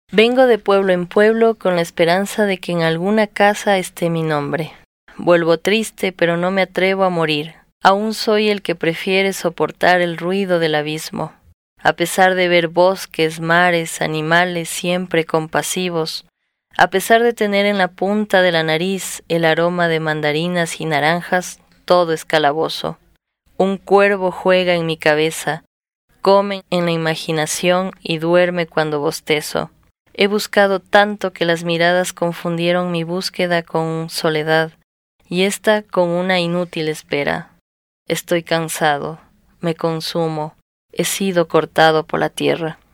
Vengo de pueblo en pueblo con la esperanza de que en alguna casa esté mi nombre. Vuelvo triste, pero no me atrevo a morir. Aún soy el que prefiere soportar el ruido del abismo. A pesar de ver bosques, mares, animales siempre compasivos, a pesar de tener en la punta de la nariz el aroma de mandarinas y naranjas, todo es calabozo. Un cuervo juega en mi cabeza, come en la imaginación y duerme cuando bostezo. He buscado tanto que las miradas confundieron mi búsqueda con soledad, y ésta con una inútil espera. Estoy cansado, me consumo, he sido cortado por la tierra.